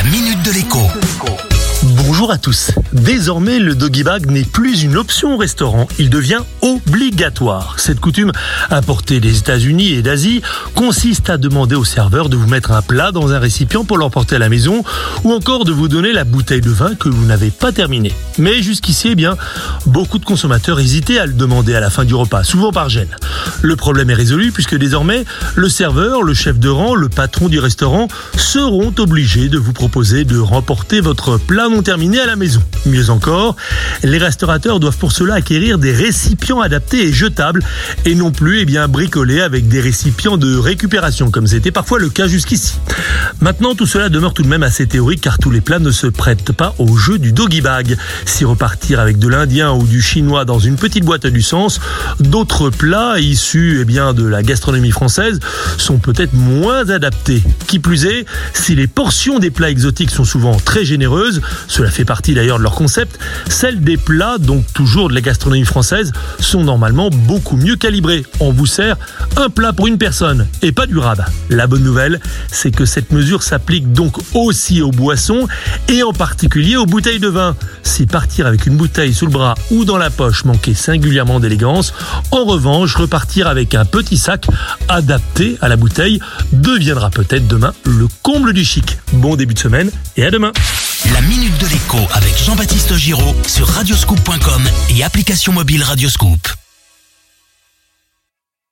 minute de l'écho. Bonjour à tous. Désormais, le doggy bag n'est plus une option au restaurant. Il devient obligatoire. Cette coutume, importée des États-Unis et d'Asie, consiste à demander au serveur de vous mettre un plat dans un récipient pour l'emporter à la maison ou encore de vous donner la bouteille de vin que vous n'avez pas terminée. Mais jusqu'ici, beaucoup de consommateurs hésitaient à le demander à la fin du repas, souvent par gêne. Le problème est résolu puisque désormais, le serveur, le chef de rang, le patron du restaurant seront obligés de vous proposer de remporter votre plat non terminé à la maison. Mieux encore, les restaurateurs doivent pour cela acquérir des récipients adaptés et jetables et non plus bricolés avec des récipients de récupération comme c'était parfois le cas jusqu'ici. Maintenant, tout cela demeure tout de même assez théorique car tous les plats ne se prêtent pas au jeu du doggy bag. Si repartir avec de l'indien ou du chinois dans une petite boîte a du sens, d'autres plats issus de la gastronomie française sont peut-être moins adaptés. Qui plus est, si les portions des plats exotiques sont souvent très généreuses, cela fait partie d'ailleurs de leur concept, celles des plats, donc toujours de la gastronomie française, sont normalement beaucoup mieux calibrées. On vous sert un plat pour une personne et pas du rab. La bonne nouvelle, c'est que cette mesure s'applique donc aussi aux boissons et en particulier aux bouteilles de vin. Si partir avec une bouteille sous le bras ou dans la poche manquait singulièrement d'élégance, en revanche, repartir avec un petit sac adapté à la bouteille deviendra peut-être demain le comble du chic. Bon début de semaine et à demain. La minute de l'écho avec Jean-Baptiste Giraud sur radioscoop.com et application mobile Radioscoop.